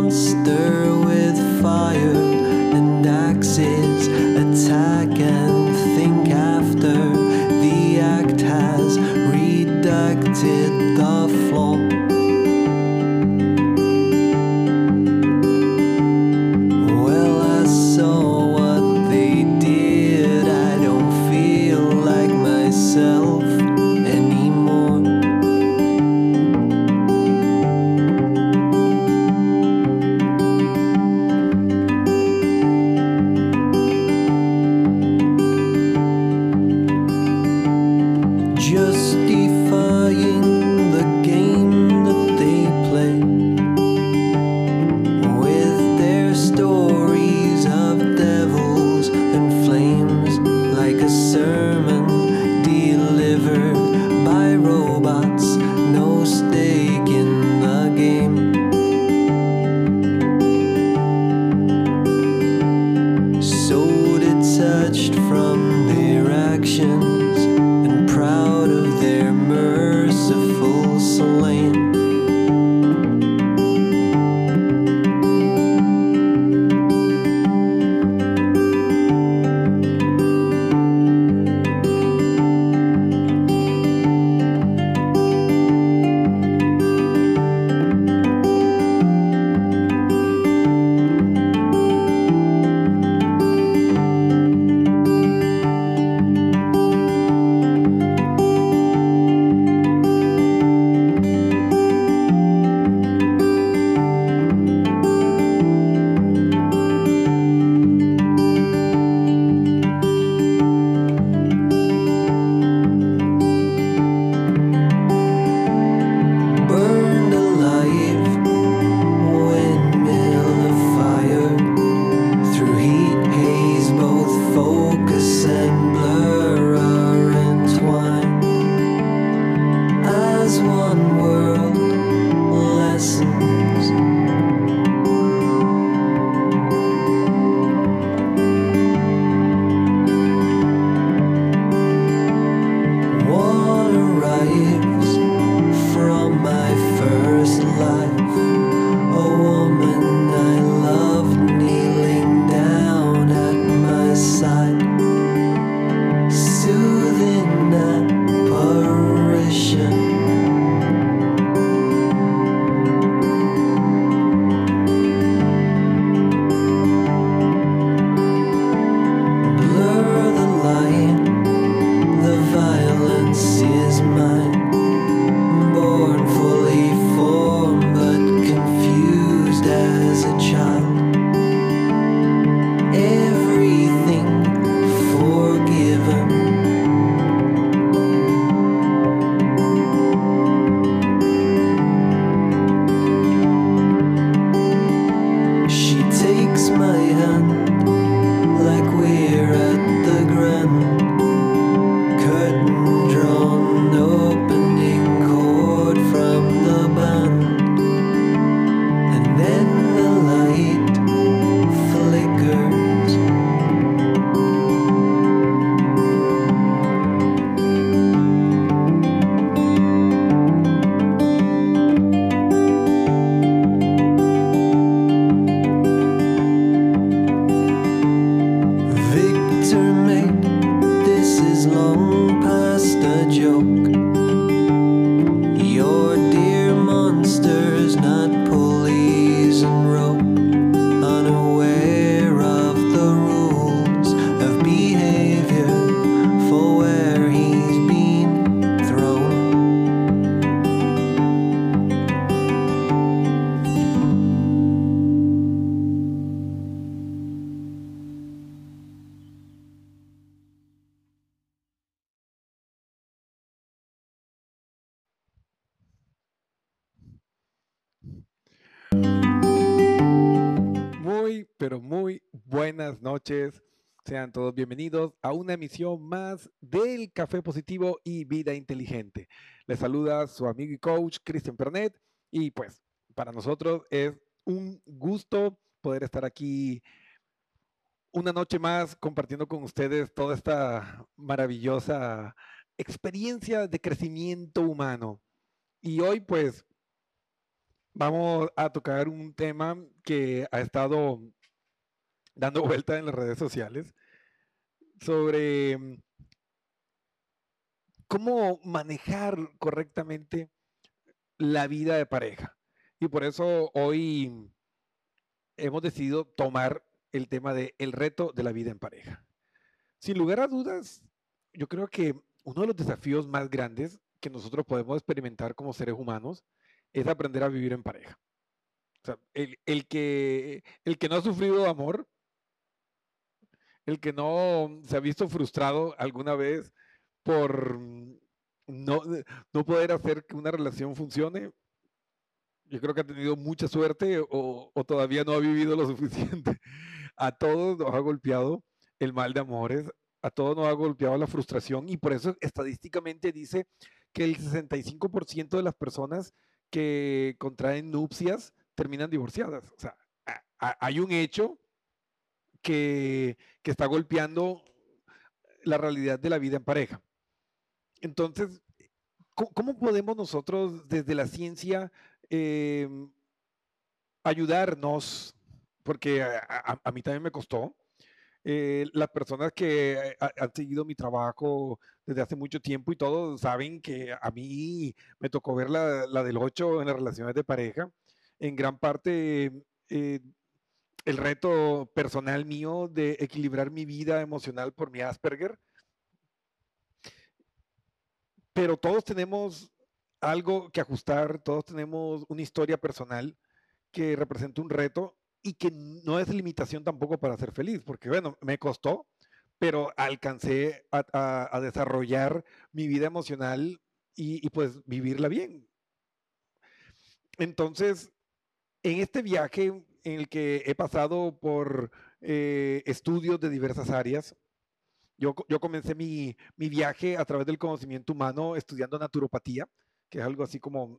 monster with fire and axes. Attack and think after the act has reducted the flaw. Well, I saw what they did. I don't feel like myself anymore. Justifying the game that they play with their stories of devils and flames, like a sermon delivered by robots, no stake in the game. So detached from their actions and proud of their merciful slain. Burned alive, windmill of fire, through heat haze both focus and blur are entwined as one world lessons. One arrives from my first life, a woman I loved kneeling down at my side, soothing apparition. Blur the line, the violence is mine. Born fully formed but confused as a child. Everything forgiven. She takes my hand like we're at the grand. Curtain drawn, opening chord from the band, and then the light flickers. Victor mate, this is long past a joke. Your dear monsters, not pulleys and rope, unaware of the rules of behavior for where he's been thrown. Muy, pero muy buenas noches. Sean todos bienvenidos a una emisión más del Café Positivo y Vida Inteligente. Les saluda su amigo y coach Cristian Pernet y pues para nosotros es un gusto poder estar aquí una noche más compartiendo con ustedes toda esta maravillosa experiencia de crecimiento humano. Y hoy pues Vamos a tocar un tema que ha estado dando vuelta en las redes sociales sobre cómo manejar correctamente la vida de pareja. Y por eso hoy hemos decidido tomar el tema de el reto de la vida en pareja. Sin lugar a dudas, yo creo que uno de los desafíos más grandes que nosotros podemos experimentar como seres humanos es aprender a vivir en pareja. O sea, el que no ha sufrido amor, el que no se ha visto frustrado alguna vez por no, no poder hacer que una relación funcione, yo creo que ha tenido mucha suerte o todavía no ha vivido lo suficiente. A todos nos ha golpeado el mal de amores, a todos nos ha golpeado la frustración y por eso estadísticamente dice que el 65% de las personas que contraen nupcias terminan divorciadas. O sea, hay un hecho que está golpeando la realidad de la vida en pareja. Entonces, ¿cómo podemos nosotros desde la ciencia eh, ayudarnos? Porque a mí también me costó. Las personas que han seguido mi trabajo desde hace mucho tiempo y todo saben que a mí me tocó ver la del 8 en las relaciones de pareja. En gran parte, el reto personal mío de equilibrar mi vida emocional por mi Asperger, pero todos tenemos algo que ajustar, todos tenemos una historia personal que representa un reto y que no es limitación tampoco para ser feliz, porque bueno, me costó, pero alcancé a desarrollar mi vida emocional y pues vivirla bien. Entonces, en este viaje en el que he pasado por estudios de diversas áreas, yo comencé mi viaje a través del conocimiento humano estudiando naturopatía, que es algo así como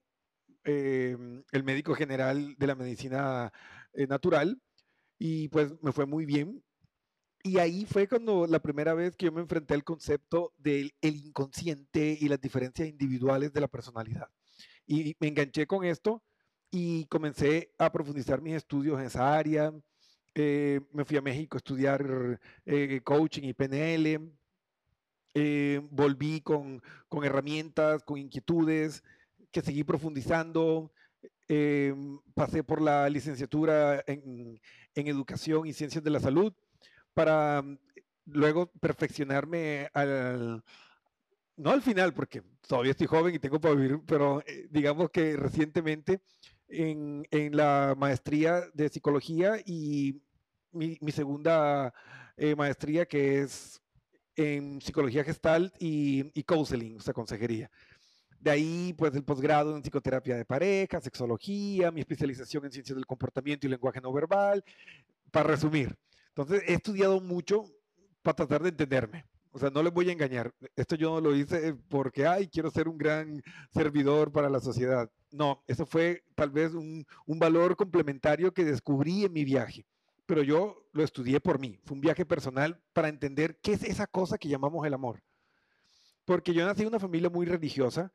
el médico general de la medicina natural, y pues me fue muy bien. Y ahí fue cuando la primera vez que yo me enfrenté al concepto del el inconsciente y las diferencias individuales de la personalidad. Y me enganché con esto y comencé a profundizar mis estudios en esa área. Me fui a México a estudiar coaching y PNL. Volví con herramientas, con inquietudes que seguí profundizando. Pasé por la licenciatura en Educación y Ciencias de la Salud para luego perfeccionarme no al final, porque todavía estoy joven y tengo para vivir, pero digamos que recientemente en la maestría de psicología y mi segunda maestría que es en psicología gestal y counseling, o sea, consejería. De ahí, pues, el posgrado en psicoterapia de pareja, sexología, mi especialización en ciencias del comportamiento y lenguaje no verbal, para resumir. Entonces, he estudiado mucho para tratar de entenderme. O sea, no les voy a engañar. Esto yo no lo hice porque, ay, quiero ser un gran servidor para la sociedad. No, eso fue tal vez un valor complementario que descubrí en mi viaje. Pero yo lo estudié por mí. Fue un viaje personal para entender qué es esa cosa que llamamos el amor. Porque yo nací en una familia muy religiosa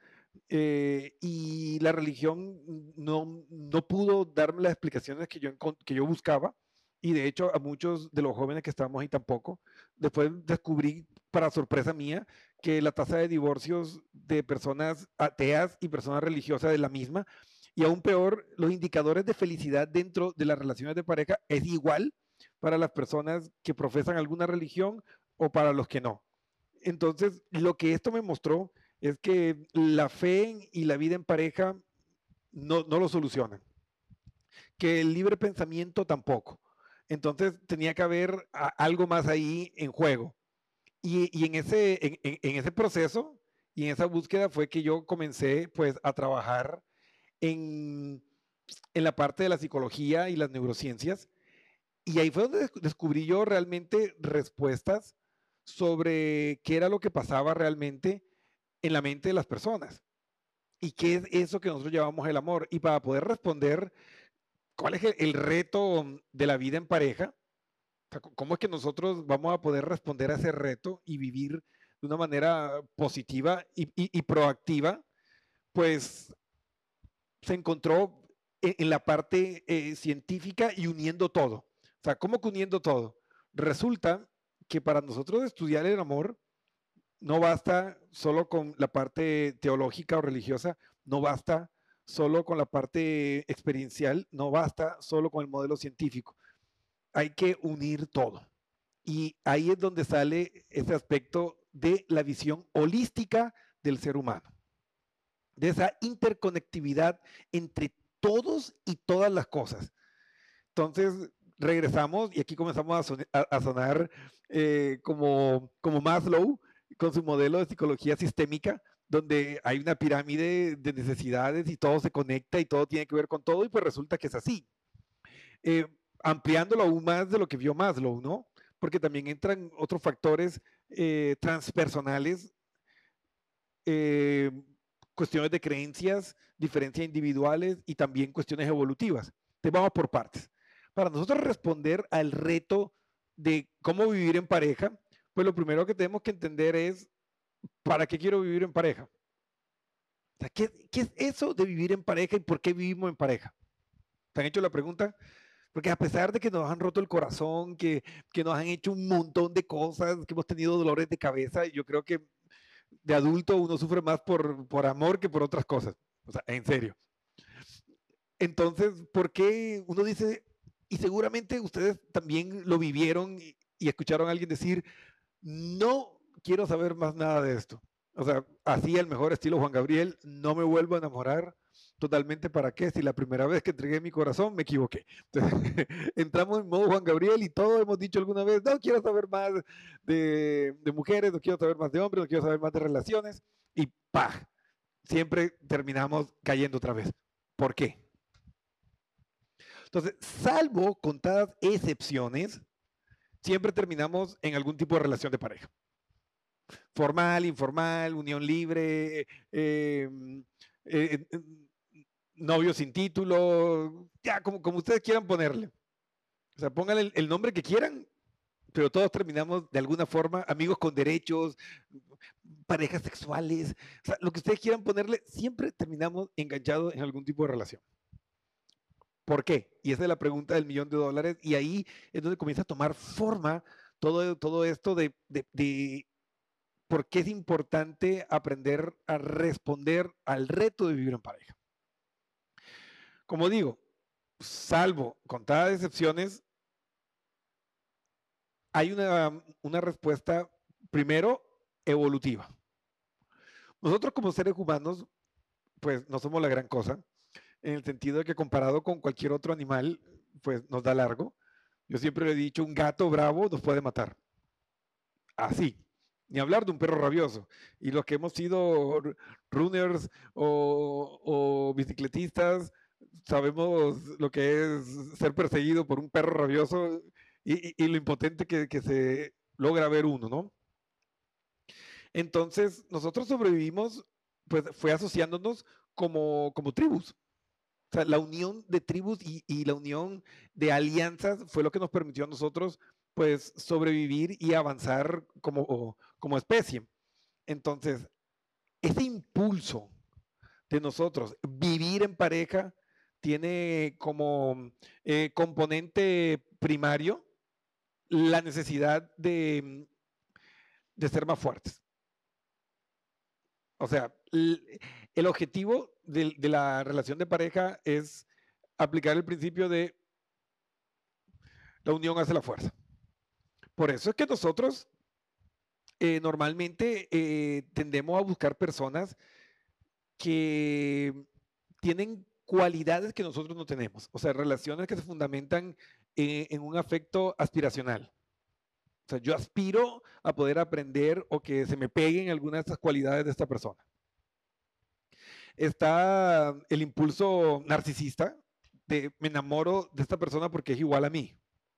y la religión no pudo darme las explicaciones que yo buscaba y de hecho a muchos de los jóvenes que estábamos ahí tampoco. Después descubrí, para sorpresa mía, que la tasa de divorcios de personas ateas y personas religiosas es la misma y aún peor, los indicadores de felicidad dentro de las relaciones de pareja es igual para las personas que profesan alguna religión o para los que no. Entonces, lo que esto me mostró es que la fe y la vida en pareja no lo solucionan, que el libre pensamiento tampoco. Entonces, tenía que haber algo más ahí en juego. Y en ese proceso y en esa búsqueda fue que yo comencé pues a trabajar en, en la parte de la psicología y las neurociencias. Y ahí fue donde descubrí yo realmente respuestas sobre qué era lo que pasaba realmente en la mente de las personas y qué es eso que nosotros llamamos el amor. Y para poder responder cuál es el reto de la vida en pareja, o sea, cómo es que nosotros vamos a poder responder a ese reto y vivir de una manera positiva y proactiva, pues se encontró en la parte científica y uniendo todo. O sea, ¿cómo que uniendo todo? Resulta que para nosotros estudiar el amor no basta solo con la parte teológica o religiosa, no basta solo con la parte experiencial, no basta solo con el modelo científico. Hay que unir todo. Y ahí es donde sale ese aspecto de la visión holística del ser humano, de esa interconectividad entre todos y todas las cosas. Entonces, regresamos y aquí comenzamos a sonar como Maslow con su modelo de psicología sistémica, donde hay una pirámide de necesidades y todo se conecta y todo tiene que ver con todo y pues resulta que es así. Eh, Ampliándolo aún más de lo que vio Maslow, ¿no? Porque también entran otros factores transpersonales, eh, cuestiones de creencias, diferencias individuales y también cuestiones evolutivas. Entonces vamos por partes. Para nosotros responder al reto de cómo vivir en pareja, pues lo primero que tenemos que entender es, ¿para qué quiero vivir en pareja? O sea, ¿qué es eso de vivir en pareja y por qué vivimos en pareja? ¿Te han hecho la pregunta? Porque a pesar de que nos han roto el corazón, que nos han hecho un montón de cosas, que hemos tenido dolores de cabeza, yo creo que de adulto uno sufre más por amor que por otras cosas. O sea, en serio. Entonces, ¿por qué uno dice, y seguramente ustedes también lo vivieron y escucharon a alguien decir, no quiero saber más nada de esto? O sea, así el mejor estilo Juan Gabriel, no me vuelvo a enamorar totalmente. ¿Para qué? Si la primera vez que entregué mi corazón me equivoqué. Entonces, entramos en modo Juan Gabriel y todos hemos dicho alguna vez, no quiero saber más de mujeres, no quiero saber más de hombres, no quiero saber más de relaciones y ¡pah! Siempre terminamos cayendo otra vez. ¿Por qué? Entonces, salvo contadas excepciones, siempre terminamos en algún tipo de relación de pareja. Formal, informal, unión libre, eh, novio sin título, ya como ustedes quieran ponerle. O sea, pónganle el nombre que quieran, pero todos terminamos de alguna forma, amigos con derechos, parejas sexuales, o sea, lo que ustedes quieran ponerle, siempre terminamos enganchados en algún tipo de relación. ¿Por qué? Y esa es la pregunta del $1.000.000 y ahí es donde comienza a tomar forma todo esto de por qué es importante aprender a responder al reto de vivir en pareja. Como digo, salvo contadas excepciones, hay una respuesta, primero, evolutiva. Nosotros como seres humanos, pues no somos la gran cosa, en el sentido de que comparado con cualquier otro animal, pues nos da largo. Yo siempre le he dicho, un gato bravo nos puede matar. Así. Ni hablar de un perro rabioso. Y los que hemos sido runners o bicicletistas, sabemos lo que es ser perseguido por un perro rabioso y lo impotente que se logra ver uno, ¿no? Entonces, nosotros sobrevivimos, pues fue asociándonos como tribus. O sea, la unión de tribus y la unión de alianzas fue lo que nos permitió a nosotros, pues, sobrevivir y avanzar como especie. Entonces, ese impulso de nosotros, vivir en pareja, tiene como componente primario la necesidad de ser más fuertes. O sea, el objetivo de la relación de pareja es aplicar el principio de la unión hace la fuerza. Por eso es que nosotros normalmente tendemos a buscar personas que tienen cualidades que nosotros no tenemos. O sea, relaciones que se fundamentan en un afecto aspiracional. O sea, yo aspiro a poder aprender o que se me peguen algunas de estas cualidades de esta persona. Está el impulso narcisista de me enamoro de esta persona porque es igual a mí.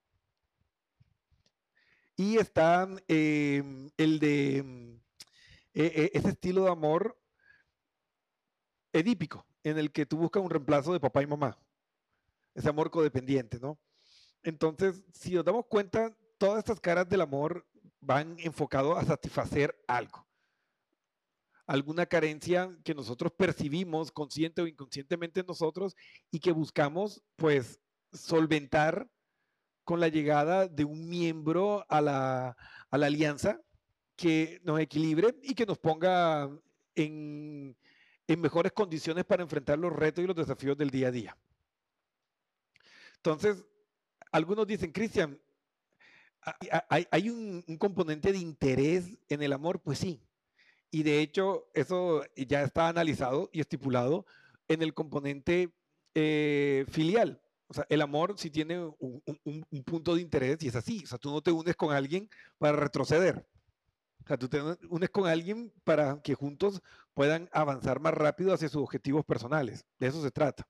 Y está el de ese estilo de amor edípico, en el que tú buscas un reemplazo de papá y mamá. Ese amor codependiente, ¿no? Entonces, si nos damos cuenta, todas estas caras del amor van enfocados a satisfacer algo. alguna carencia que nosotros percibimos consciente o inconscientemente en nosotros y que buscamos pues solventar con la llegada de un miembro a la alianza que nos equilibre y que nos ponga en, en mejores condiciones para enfrentar los retos y los desafíos del día a día. Entonces, algunos dicen, Cristian, ¿hay un componente de interés en el amor? Pues sí. Y de hecho, eso ya está analizado y estipulado en el componente filial. O sea, el amor sí tiene un punto de interés y es así. O sea, tú no te unes con alguien para retroceder. O sea, tú te unes con alguien para que juntos puedan avanzar más rápido hacia sus objetivos personales. De eso se trata.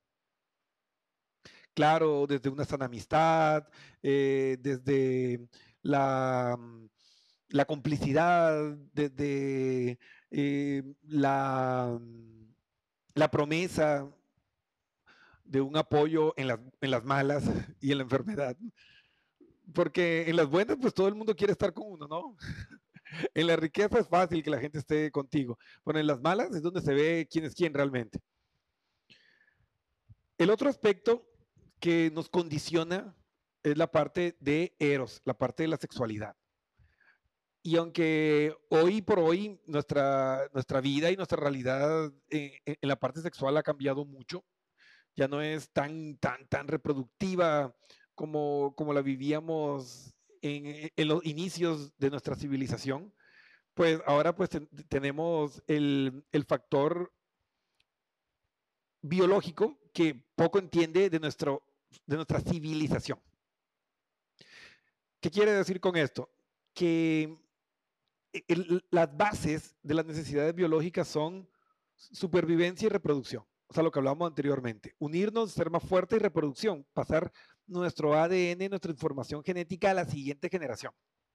Claro, desde una sana amistad, desde la, la complicidad, desde la promesa de un apoyo en las malas y en la enfermedad. Porque en las buenas, pues todo el mundo quiere estar con uno, ¿no? En la riqueza es fácil que la gente esté contigo, pero en las malas es donde se ve quién es quién realmente. El otro aspecto que nos condiciona es la parte de eros, la parte de la sexualidad. Y aunque hoy por hoy nuestra vida y nuestra realidad en la parte sexual ha cambiado mucho, ya no es tan reproductiva como la vivíamos en los inicios de nuestra civilización, pues ahora pues tenemos el factor biológico que poco entiende de nuestra civilización. ¿Qué quiere decir con esto? Que las bases de las necesidades biológicas son supervivencia y reproducción. O sea, lo que hablábamos anteriormente. Unirnos, ser más fuerte y reproducción. Pasar nuestro ADN, nuestra información genética a la siguiente generación.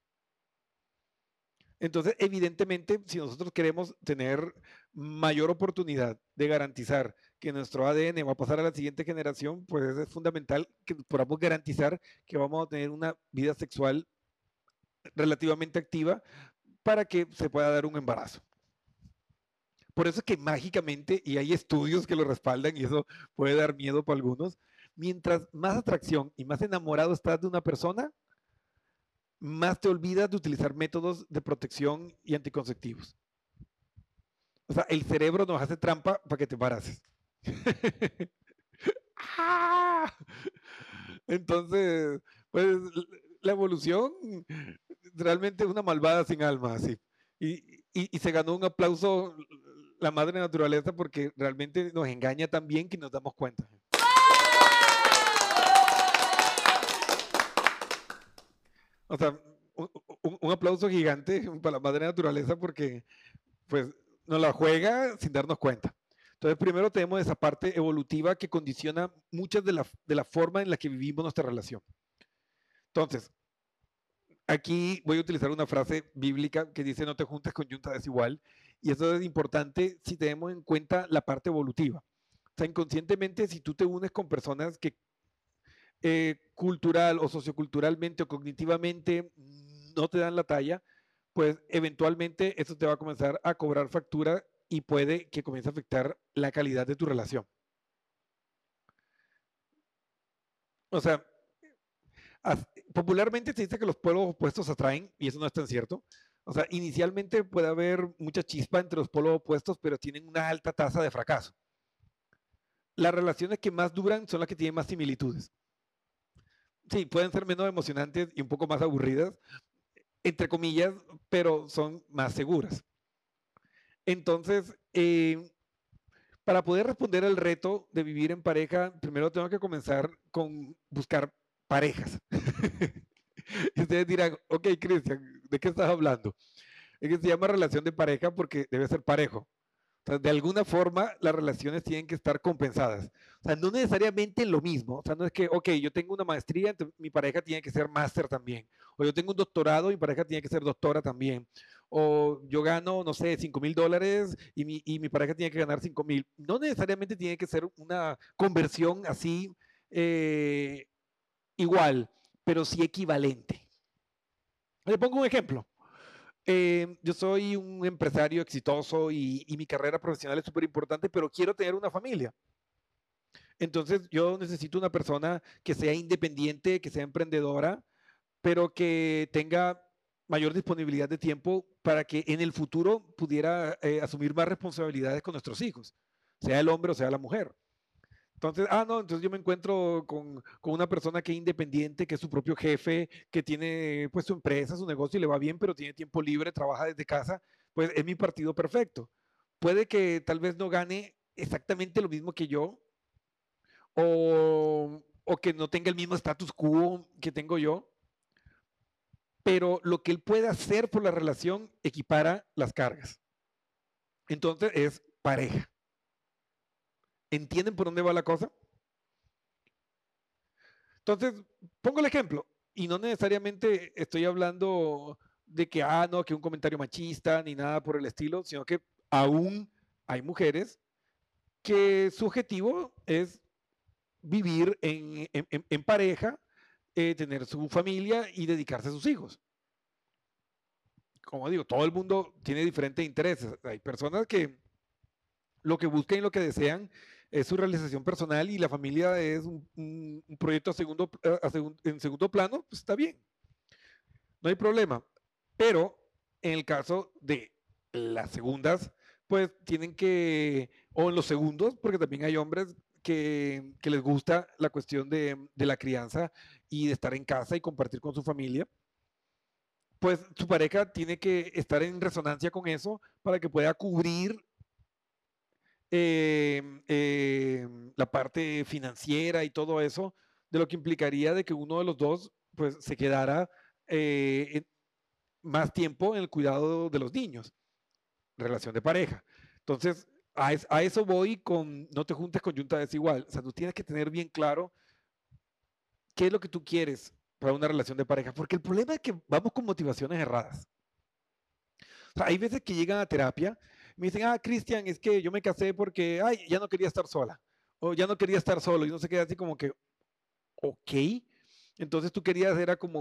Entonces, evidentemente, si nosotros queremos tener mayor oportunidad de garantizar que nuestro ADN va a pasar a la siguiente generación, pues es fundamental que podamos garantizar que vamos a tener una vida sexual relativamente activa para que se pueda dar un embarazo. Por eso es que mágicamente, y hay estudios que lo respaldan, y eso puede dar miedo para algunos, mientras más atracción y más enamorado estás de una persona, más te olvidas de utilizar métodos de protección y anticonceptivos. O sea, el cerebro nos hace trampa para que te embaraces. Entonces, pues la evolución realmente es una malvada sin alma, así. Y se ganó un aplauso la madre naturaleza porque realmente nos engaña tan bien que nos damos cuenta. O sea, un aplauso gigante para la madre naturaleza porque pues nos la juega sin darnos cuenta. Entonces, primero tenemos esa parte evolutiva que condiciona muchas de la forma en la que vivimos nuestra relación. Entonces, aquí voy a utilizar una frase bíblica que dice no te juntes con yunta desigual, y eso es importante si tenemos en cuenta la parte evolutiva. O sea, inconscientemente, si tú te unes con personas que cultural o socioculturalmente o cognitivamente no te dan la talla, pues eventualmente eso te va a comenzar a cobrar factura y puede que comience a afectar la calidad de tu relación. O sea, popularmente se dice que los polos opuestos atraen, y eso no es tan cierto. O sea, inicialmente puede haber mucha chispa entre los polos opuestos, pero tienen una alta tasa de fracaso. Las relaciones que más duran son las que tienen más similitudes. Sí, pueden ser menos emocionantes y un poco más aburridas, entre comillas, pero son más seguras. Entonces, para poder responder al reto de vivir en pareja, primero tengo que comenzar con buscar parejas. Y ustedes dirán, ok, Cristian, ¿de qué estás hablando? Es que se llama relación de pareja porque debe ser parejo. O sea, de alguna forma las relaciones tienen que estar compensadas. O sea, no necesariamente lo mismo. O sea, no es que, ok, yo tengo una maestría, entonces mi pareja tiene que ser máster también. O yo tengo un doctorado, mi pareja tiene que ser doctora también. O yo gano, no sé, $5,000 y mi pareja tiene que ganar 5,000. No necesariamente tiene que ser una conversión así igual, pero sí equivalente. Le pongo un ejemplo. Yo soy un empresario exitoso y mi carrera profesional es súper importante, pero quiero tener una familia. Entonces yo necesito una persona que sea independiente, que sea emprendedora, pero que tenga mayor disponibilidad de tiempo para que en el futuro pudiera asumir más responsabilidades con nuestros hijos, sea el hombre o sea la mujer. Entonces, no, entonces yo me encuentro con una persona que es independiente, que es su propio jefe, que tiene pues su empresa, su negocio y le va bien, pero tiene tiempo libre, trabaja desde casa, pues es mi partido perfecto. Puede que tal vez no gane exactamente lo mismo que yo o que no tenga el mismo status quo que tengo yo, pero lo que él puede hacer por la relación equipara las cargas. Entonces es pareja. ¿Entienden por dónde va la cosa? Entonces, pongo el ejemplo, y no necesariamente estoy hablando de que, no, que un comentario machista ni nada por el estilo, sino que aún hay mujeres que su objetivo es vivir en pareja, tener su familia y dedicarse a sus hijos. Como digo, todo el mundo tiene diferentes intereses. Hay personas que lo que buscan y lo que desean es su realización personal y la familia es un proyecto en segundo plano, pues está bien, no hay problema. Pero en el caso de las segundas, pues tienen que, o en los segundos, porque también hay hombres que les gusta la cuestión de la crianza y de estar en casa y compartir con su familia, pues su pareja tiene que estar en resonancia con eso para que pueda cubrir la parte financiera y todo eso, de lo que implicaría de que uno de los dos pues se quedara más tiempo en el cuidado de los niños, relación de pareja. Entonces, a eso voy con no te juntes con yunta desigual. O sea, tú tienes que tener bien claro qué es lo que tú quieres para una relación de pareja, porque el problema es que vamos con motivaciones erradas. O sea, hay veces que llegan a terapia, me dicen, Cristian, es que yo me casé porque, ya no quería estar sola, o ya no quería estar solo, y no se queda así como que, ok, entonces tú querías, era como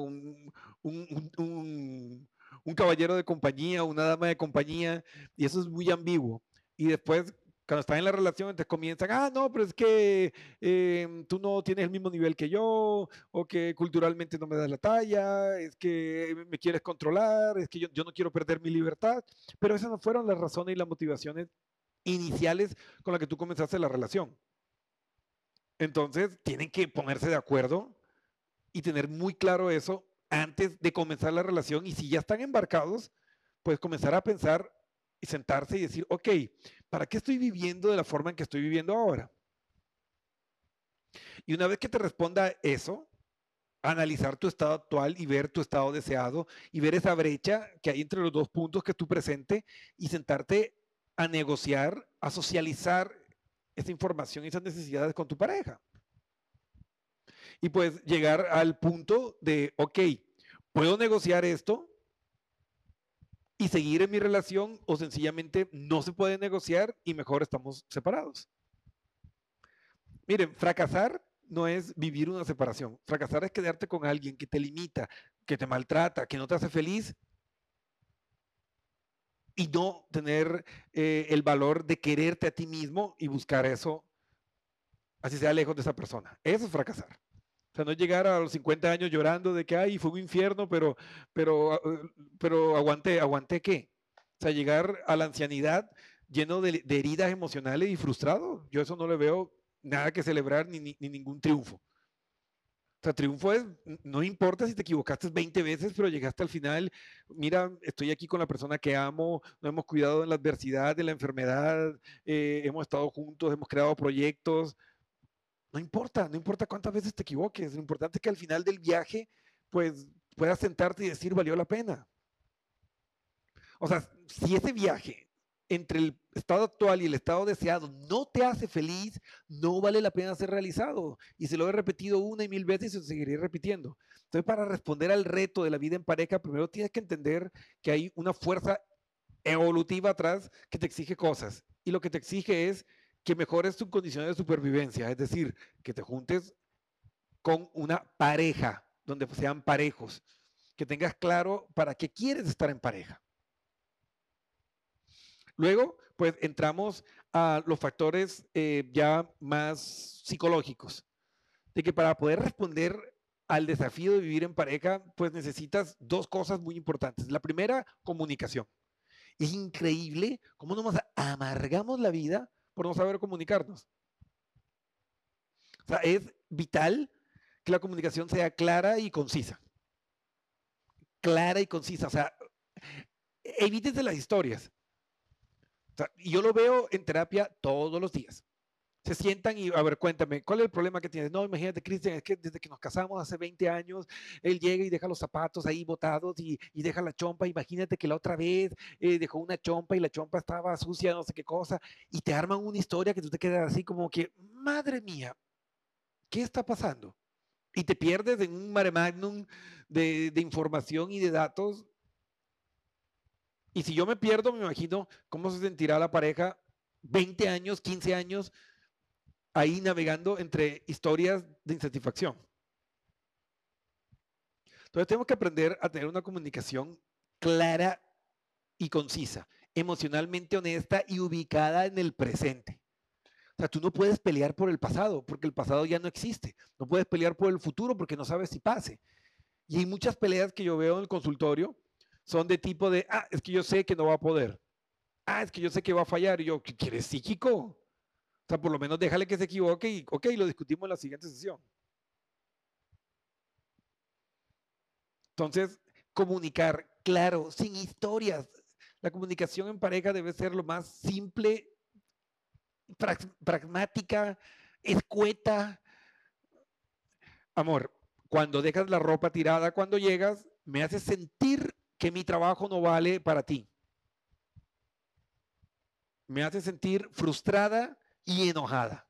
un caballero de compañía, una dama de compañía, y eso es muy ambiguo. Y después, cuando están en la relación, entonces comienzan, no, pero es que tú no tienes el mismo nivel que yo, o que culturalmente no me das la talla, es que me quieres controlar, es que yo no quiero perder mi libertad, pero esas no fueron las razones y las motivaciones iniciales con las que tú comenzaste la relación. Entonces, tienen que ponerse de acuerdo y tener muy claro eso antes de comenzar la relación. Y si ya están embarcados, pues comenzar a pensar y sentarse y decir, ok, ¿para qué estoy viviendo de la forma en que estoy viviendo ahora? Y una vez que te responda eso, analizar tu estado actual y ver tu estado deseado y ver esa brecha que hay entre los dos puntos que tú presente y sentarte a negociar, a socializar esa información y esas necesidades con tu pareja. Y pues llegar al punto de, ok, ¿puedo negociar esto y seguir en mi relación o sencillamente no se puede negociar y mejor estamos separados? Miren, fracasar no es vivir una separación. Fracasar es quedarte con alguien que te limita, que te maltrata, que no te hace feliz y no tener el valor de quererte a ti mismo y buscar eso, así sea lejos de esa persona. Eso es fracasar. O sea, no llegar a los 50 años llorando de que, fue un infierno, pero, pero aguanté qué. O sea, llegar a la ancianidad lleno de heridas emocionales y frustrado. Yo eso no le veo nada que celebrar ni ningún triunfo. O sea, triunfo es, no importa si te equivocaste 20 veces, pero llegaste al final, mira, estoy aquí con la persona que amo, nos hemos cuidado en la adversidad, de la enfermedad, hemos estado juntos, hemos creado proyectos, no importa, no importa cuántas veces te equivoques, lo importante es que al final del viaje, pues puedas sentarte y decir, valió la pena. O sea, si ese viaje entre el estado actual y el estado deseado no te hace feliz, no vale la pena ser realizado. Y se lo he repetido una y mil veces y se seguiré repitiendo. Entonces, para responder al reto de la vida en pareja, primero tienes que entender que hay una fuerza evolutiva atrás que te exige cosas. Y lo que te exige es que mejores tus condiciones de supervivencia, es decir, que te juntes con una pareja donde sean parejos, que tengas claro para qué quieres estar en pareja. Luego, pues entramos a los factores ya más psicológicos, de que para poder responder al desafío de vivir en pareja, pues necesitas dos cosas muy importantes. La primera, comunicación. Es increíble cómo nos amargamos la vida por no saber comunicarnos. O sea, es vital que la comunicación sea clara y concisa. Clara y concisa. O sea, evítense las historias. O sea, yo lo veo en terapia todos los días. Se sientan y, a ver, cuéntame, ¿cuál es el problema que tienes? No, imagínate, Cristian, es que desde que nos casamos hace 20 años, él llega y deja los zapatos ahí botados y deja la chompa. Imagínate que la otra vez dejó una chompa y la chompa estaba sucia, no sé qué cosa, y te arman una historia que tú te quedas así como que, madre mía, ¿qué está pasando? Y te pierdes en un mare magnum de información y de datos. Y si yo me pierdo, me imagino cómo se sentirá la pareja 20 años, 15 años ahí navegando entre historias de insatisfacción. Entonces tenemos que aprender a tener una comunicación clara y concisa, emocionalmente honesta y ubicada en el presente. O sea, tú no puedes pelear por el pasado, porque el pasado ya no existe. No puedes pelear por el futuro porque no sabes si pase. Y hay muchas peleas que yo veo en el consultorio, son de tipo de, es que yo sé que no va a poder. Es que yo sé que va a fallar. Y yo, ¿qué quieres psíquico? O sea, por lo menos déjale que se equivoque y, ok, lo discutimos en la siguiente sesión. Entonces, comunicar, claro, sin historias. La comunicación en pareja debe ser lo más simple, pragmática, escueta. Amor, cuando dejas la ropa tirada, cuando llegas, me haces sentir que mi trabajo no vale para ti. Me hace sentir frustrada y enojada.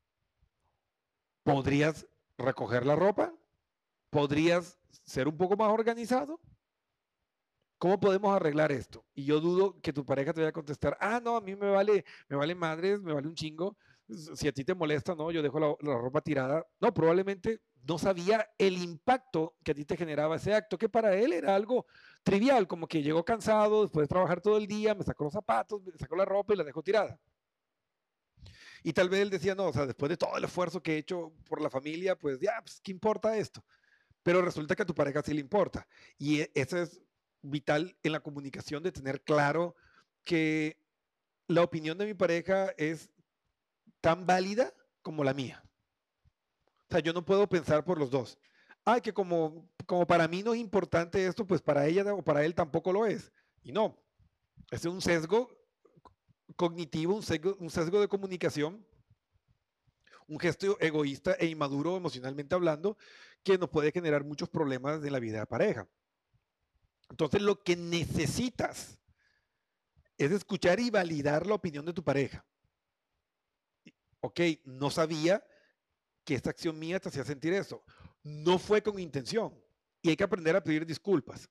¿Podrías recoger la ropa? ¿Podrías ser un poco más organizado? ¿Cómo podemos arreglar esto? Y yo dudo que tu pareja te vaya a contestar, no, a mí me vale madres, me vale un chingo. Si a ti te molesta, no, yo dejo la ropa tirada. No, probablemente no sabía el impacto que a ti te generaba ese acto, que para él era algo trivial, como que llegó cansado después de trabajar todo el día, me sacó los zapatos, me sacó la ropa y la dejó tirada. Y tal vez él decía, no, o sea, después de todo el esfuerzo que he hecho por la familia, pues ya, pues, ¿qué importa esto? Pero resulta que a tu pareja sí le importa. Y eso es vital en la comunicación, de tener claro que la opinión de mi pareja es tan válida como la mía. O sea, yo no puedo pensar por los dos. Que como para mí no es importante esto, pues para ella o para él tampoco lo es. Y no, ese es un sesgo cognitivo, un sesgo de comunicación, un gesto egoísta e inmaduro emocionalmente hablando, que nos puede generar muchos problemas en la vida de pareja. Entonces, lo que necesitas es escuchar y validar la opinión de tu pareja. Ok, no sabía que esta acción mía te hacía sentir eso. No fue con intención. Y hay que aprender a pedir disculpas.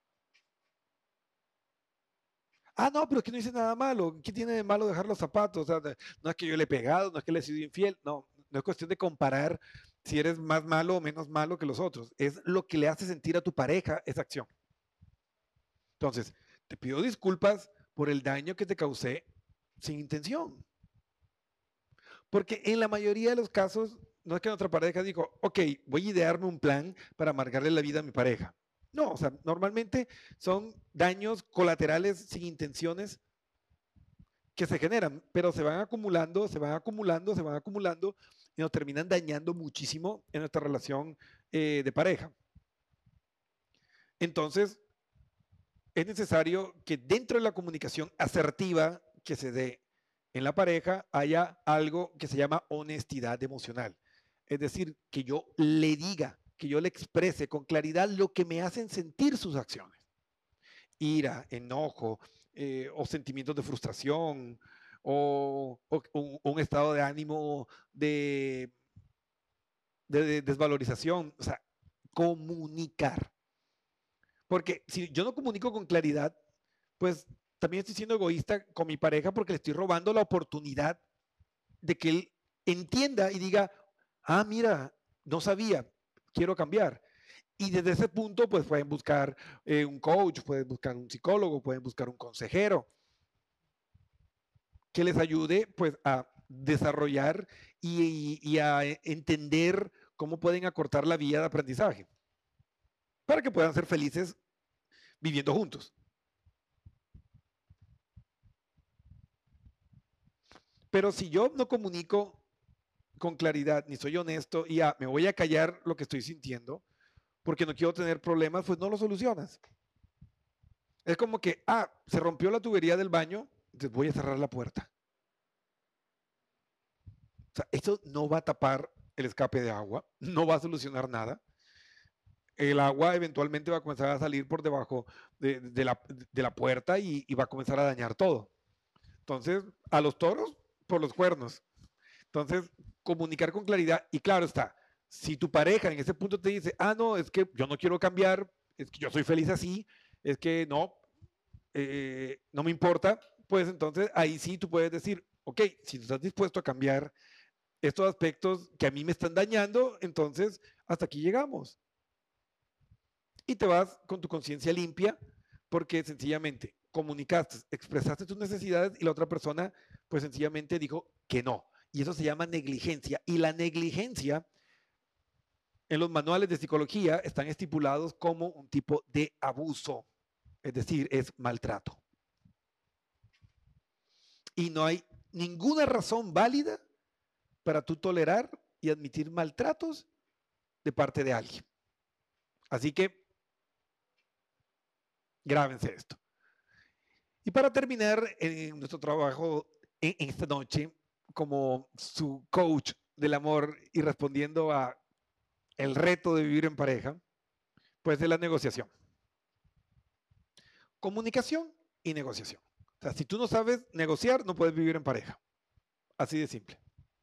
No, pero es que no hice nada malo. ¿Qué tiene de malo dejar los zapatos? O sea, no es que yo le he pegado, no es que le he sido infiel. No, no es cuestión de comparar si eres más malo o menos malo que los otros. Es lo que le hace sentir a tu pareja esa acción. Entonces, te pido disculpas por el daño que te causé sin intención. Porque en la mayoría de los casos, no es que nuestra pareja dijo, ok, voy a idearme un plan para amargarle la vida a mi pareja. No, o sea, normalmente son daños colaterales sin intenciones que se generan, pero se van acumulando, se van acumulando, se van acumulando y nos terminan dañando muchísimo en nuestra relación de pareja. Entonces, es necesario que dentro de la comunicación asertiva que se dé en la pareja haya algo que se llama honestidad emocional. Es decir, que yo le diga, que yo le exprese con claridad lo que me hacen sentir sus acciones. Ira, enojo, o sentimientos de frustración, o un estado de ánimo de desvalorización. O sea, comunicar. Porque si yo no comunico con claridad, pues también estoy siendo egoísta con mi pareja porque le estoy robando la oportunidad de que él entienda y diga, mira, no sabía, quiero cambiar. Y desde ese punto, pues pueden buscar un coach, pueden buscar un psicólogo, pueden buscar un consejero. que les ayude pues a desarrollar y a entender cómo pueden acortar la vía de aprendizaje para que puedan ser felices viviendo juntos. Pero si yo no comunico con claridad, ni soy honesto y me voy a callar lo que estoy sintiendo porque no quiero tener problemas, pues no lo solucionas. Es como que, se rompió la tubería del baño, entonces voy a cerrar la puerta. O sea, esto no va a tapar el escape de agua, no va a solucionar nada. El agua eventualmente va a comenzar a salir por debajo de la puerta y va a comenzar a dañar todo. Entonces, a los toros por los cuernos. Entonces, comunicar con claridad. Y claro está, si tu pareja en ese punto te dice, no, es que yo no quiero cambiar, es que yo soy feliz así, es que no me importa, pues entonces ahí sí tú puedes decir, ok, si tú estás dispuesto a cambiar estos aspectos que a mí me están dañando, entonces hasta aquí llegamos. Y te vas con tu conciencia limpia porque sencillamente comunicaste, expresaste tus necesidades y la otra persona pues sencillamente dijo que no. Y eso se llama negligencia. Y la negligencia en los manuales de psicología están estipulados como un tipo de abuso, es decir, es maltrato. Y no hay ninguna razón válida para tú tolerar y admitir maltratos de parte de alguien. Así que grábense esto. Y para terminar en nuestro trabajo en esta noche como su coach del amor y respondiendo a el reto de vivir en pareja, pues es la negociación. Comunicación y negociación. O sea, si tú no sabes negociar, no puedes vivir en pareja. Así de simple.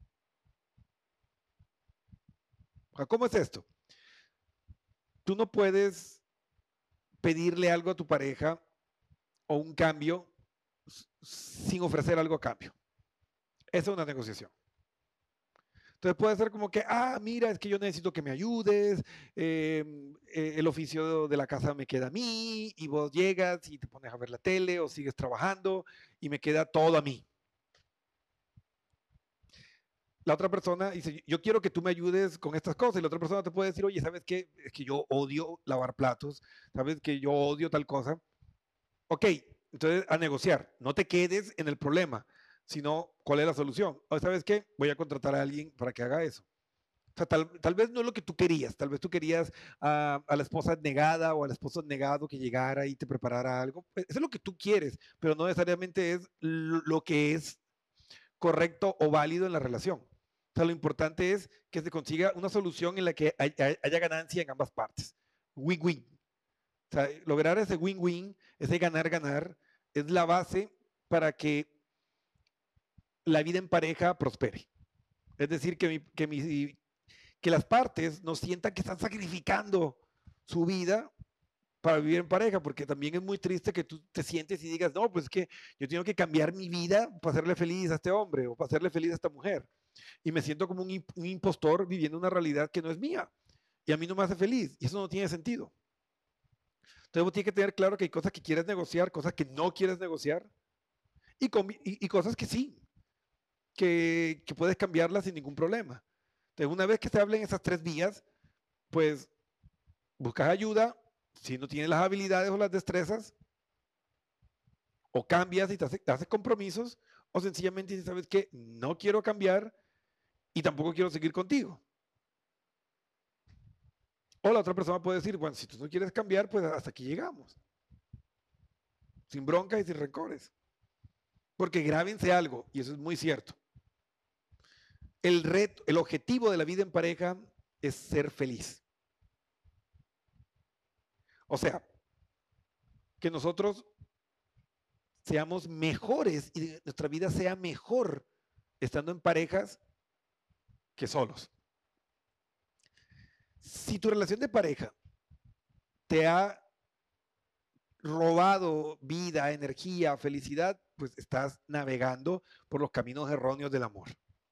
O sea, ¿cómo es esto? Tú no puedes pedirle algo a tu pareja o un cambio sin ofrecer algo a cambio. Esa es una negociación. Entonces puede ser como que, mira, es que yo necesito que me ayudes, el oficio de la casa me queda a mí, y vos llegas y te pones a ver la tele o sigues trabajando y me queda todo a mí. La otra persona dice, yo quiero que tú me ayudes con estas cosas, y la otra persona te puede decir, oye, ¿sabes qué? Es que yo odio lavar platos, ¿sabes que yo odio tal cosa? Ok, entonces a negociar, no te quedes en el problema, sino cuál es la solución. O ¿sabes qué? Voy a contratar a alguien para que haga eso. O sea, tal vez no es lo que tú querías, tal vez tú querías a la esposa negada o al esposo negado que llegara y te preparara algo. Eso es lo que tú quieres, pero no necesariamente es lo que es correcto o válido en la relación. O sea, lo importante es que se consiga una solución en la que haya ganancia en ambas partes. Win-win. O sea, lograr ese win-win, ese ganar-ganar, es la base para que la vida en pareja prospere. Es decir, que las partes no sientan que están sacrificando su vida para vivir en pareja, porque también es muy triste que tú te sientes y digas, no, pues es que yo tengo que cambiar mi vida para hacerle feliz a este hombre o para hacerle feliz a esta mujer. Y me siento como un impostor viviendo una realidad que no es mía. Y a mí no me hace feliz. Y eso no tiene sentido. Entonces vos tienes que tener claro que hay cosas que quieres negociar, cosas que no quieres negociar y cosas que sí, que puedes cambiarlas sin ningún problema. Entonces una vez que se hablen esas tres vías, pues buscas ayuda. Si no tienes las habilidades o las destrezas, o cambias y te haces compromisos, o sencillamente dices, ¿sabes qué? No quiero cambiar y tampoco quiero seguir contigo. O la otra persona puede decir, bueno, si tú no quieres cambiar, pues hasta aquí llegamos. Sin bronca y sin rencores. Porque grábense algo, y eso es muy cierto. El reto, el objetivo de la vida en pareja es ser feliz. O sea, que nosotros seamos mejores y nuestra vida sea mejor estando en parejas que solos. Si tu relación de pareja te ha robado vida, energía, felicidad, pues estás navegando por los caminos erróneos del amor.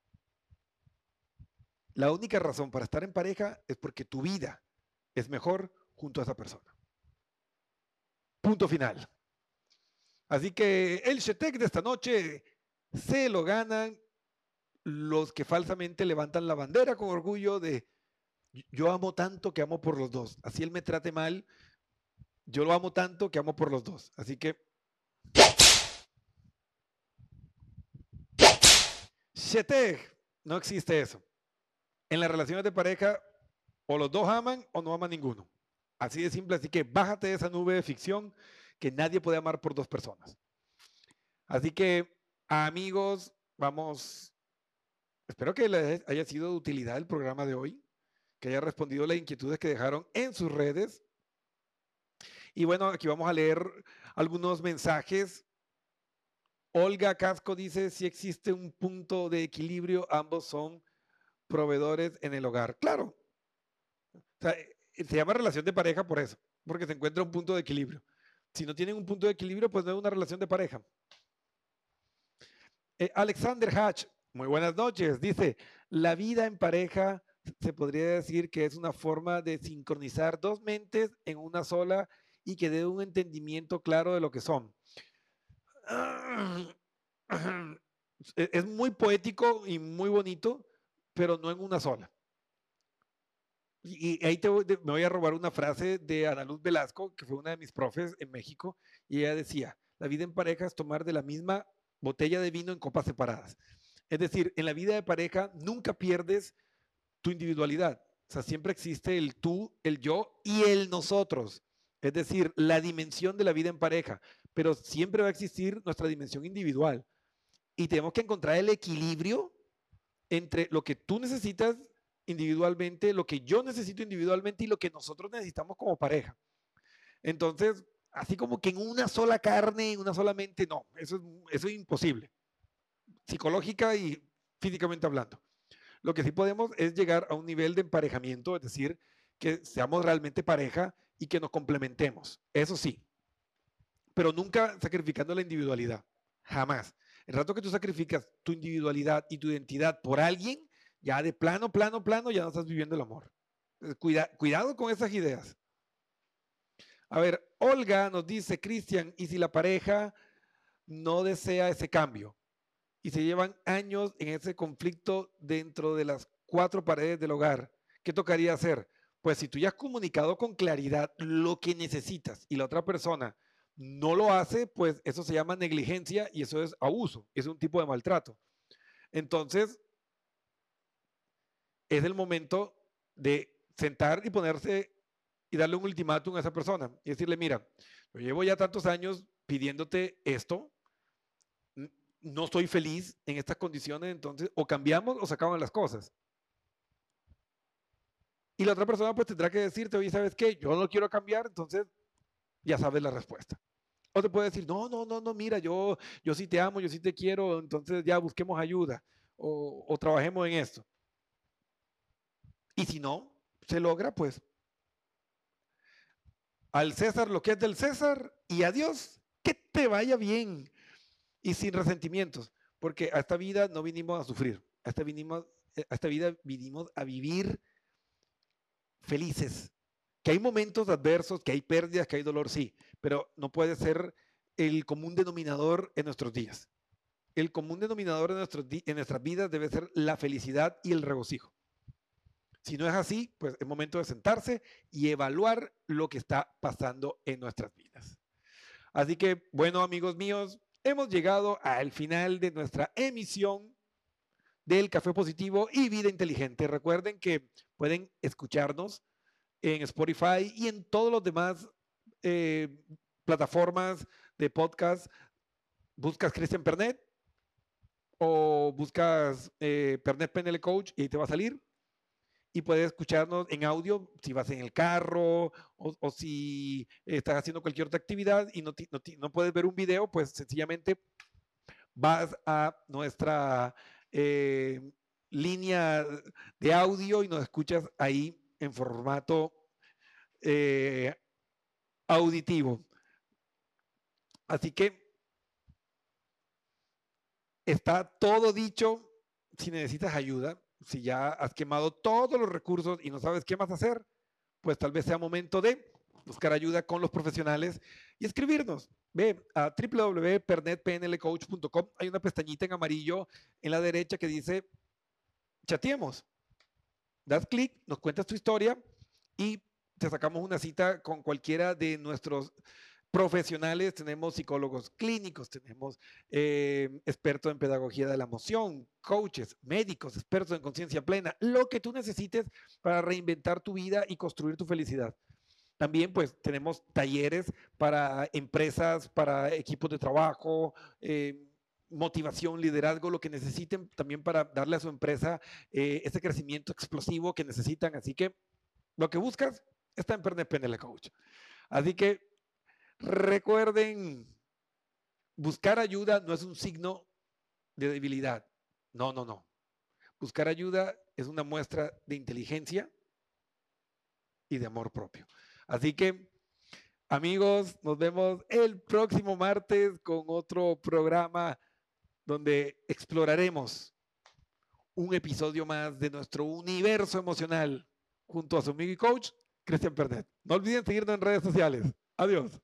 La única razón para estar en pareja es porque tu vida es mejor junto a esa persona. Punto final. Así que el Shetek de esta noche se lo ganan los que falsamente levantan la bandera con orgullo de yo amo tanto que amo por los dos. Así él me trate mal, yo lo amo tanto que amo por los dos. Así que Sheteg, no existe eso. En las relaciones de pareja, o los dos aman o no aman ninguno. Así de simple, así que bájate de esa nube de ficción que nadie puede amar por dos personas. Así que, amigos, vamos, espero que les haya sido de utilidad el programa de hoy, que haya respondido las inquietudes que dejaron en sus redes. Y bueno, aquí vamos a leer algunos mensajes. Olga Casco dice, si existe un punto de equilibrio, ambos son proveedores en el hogar. Claro, o sea, se llama relación de pareja por eso, porque se encuentra un punto de equilibrio. Si no tienen un punto de equilibrio, pues no es una relación de pareja. Alexander Hatch, muy buenas noches, dice, la vida en pareja se podría decir que es una forma de sincronizar dos mentes en una sola y que dé un entendimiento claro de lo que son. Es muy poético y muy bonito, pero no en una sola. Y ahí me voy a robar una frase de Ana Luz Velasco, que fue una de mis profes en México, y ella decía, la vida en pareja es tomar de la misma botella de vino en copas separadas. Es decir, en la vida de pareja nunca pierdes tu individualidad. O sea, siempre existe el tú, el yo y el nosotros. Es decir, la dimensión de la vida en pareja, pero siempre va a existir nuestra dimensión individual. Y tenemos que encontrar el equilibrio entre lo que tú necesitas individualmente, lo que yo necesito individualmente y lo que nosotros necesitamos como pareja. Entonces, así como que en una sola carne, en una sola mente, no, eso es imposible, psicológica y físicamente hablando. Lo que sí podemos es llegar a un nivel de emparejamiento, es decir, que seamos realmente pareja y que nos complementemos, eso sí, pero nunca sacrificando la individualidad, jamás. El rato que tú sacrificas tu individualidad y tu identidad por alguien, ya de plano, ya no estás viviendo el amor. Cuidado con esas ideas. A ver, Olga nos dice, Cristian, ¿y si la pareja no desea ese cambio y se llevan años en ese conflicto dentro de las cuatro paredes del hogar? ¿Qué tocaría hacer? Pues si tú ya has comunicado con claridad lo que necesitas y la otra persona no lo hace, pues eso se llama negligencia y eso es abuso, es un tipo de maltrato. Entonces, es el momento de sentar y ponerse y darle un ultimátum a esa persona y decirle, mira, yo llevo ya tantos años pidiéndote esto, no estoy feliz en estas condiciones, entonces o cambiamos o se acaban las cosas. Y la otra persona pues tendrá que decirte, oye, ¿sabes qué? Yo no quiero cambiar, entonces ya sabes la respuesta. O te puede decir, no, mira, yo sí te amo, yo sí te quiero, entonces ya busquemos ayuda o trabajemos en esto. Y si no se logra, pues al César lo que es del César y a Dios que te vaya bien y sin resentimientos, porque a esta vida no vinimos a sufrir, a esta vida vinimos a vivir felices. Que hay momentos adversos, que hay pérdidas, que hay dolor, sí, pero no puede ser el común denominador en nuestros días. El común denominador en nuestras vidas debe ser la felicidad y el regocijo. Si no es así, pues es momento de sentarse y evaluar lo que está pasando en nuestras vidas. Así que, bueno, amigos míos, hemos llegado al final de nuestra emisión del Café Positivo y Vida Inteligente. Recuerden que pueden escucharnos en Spotify y en todos los demás plataformas de podcast. Buscas Cristian Pernet o buscas Pernet PNL Coach y ahí te va a salir. Y puedes escucharnos en audio si vas en el carro o si estás haciendo cualquier otra actividad y no puedes ver un video, pues sencillamente vas a nuestra línea de audio y nos escuchas ahí en formato auditivo. Así que está todo dicho. Si necesitas ayuda, si ya has quemado todos los recursos y no sabes qué más hacer, pues tal vez sea momento de buscar ayuda con los profesionales y escribirnos. Ve a www.pernetpnlcoach.com. Hay una pestañita en amarillo en la derecha que dice chateemos. Das clic, nos cuentas tu historia y te sacamos una cita con cualquiera de nuestros profesionales. Tenemos psicólogos clínicos, tenemos expertos en pedagogía de la emoción, coaches, médicos, expertos en conciencia plena, lo que tú necesites para reinventar tu vida y construir tu felicidad. También pues tenemos talleres para empresas, para equipos de trabajo, motivación, liderazgo, lo que necesiten también para darle a su empresa ese crecimiento explosivo que necesitan. Así que lo que buscas está en Perne PNL Coach. Así que recuerden, buscar ayuda no es un signo de debilidad. No, no, no. Buscar ayuda es una muestra de inteligencia y de amor propio. Así que, amigos, nos vemos el próximo martes con otro programa donde exploraremos un episodio más de nuestro universo emocional junto a su amigo y coach, Cristian Pernet. No olviden seguirnos en redes sociales. Adiós.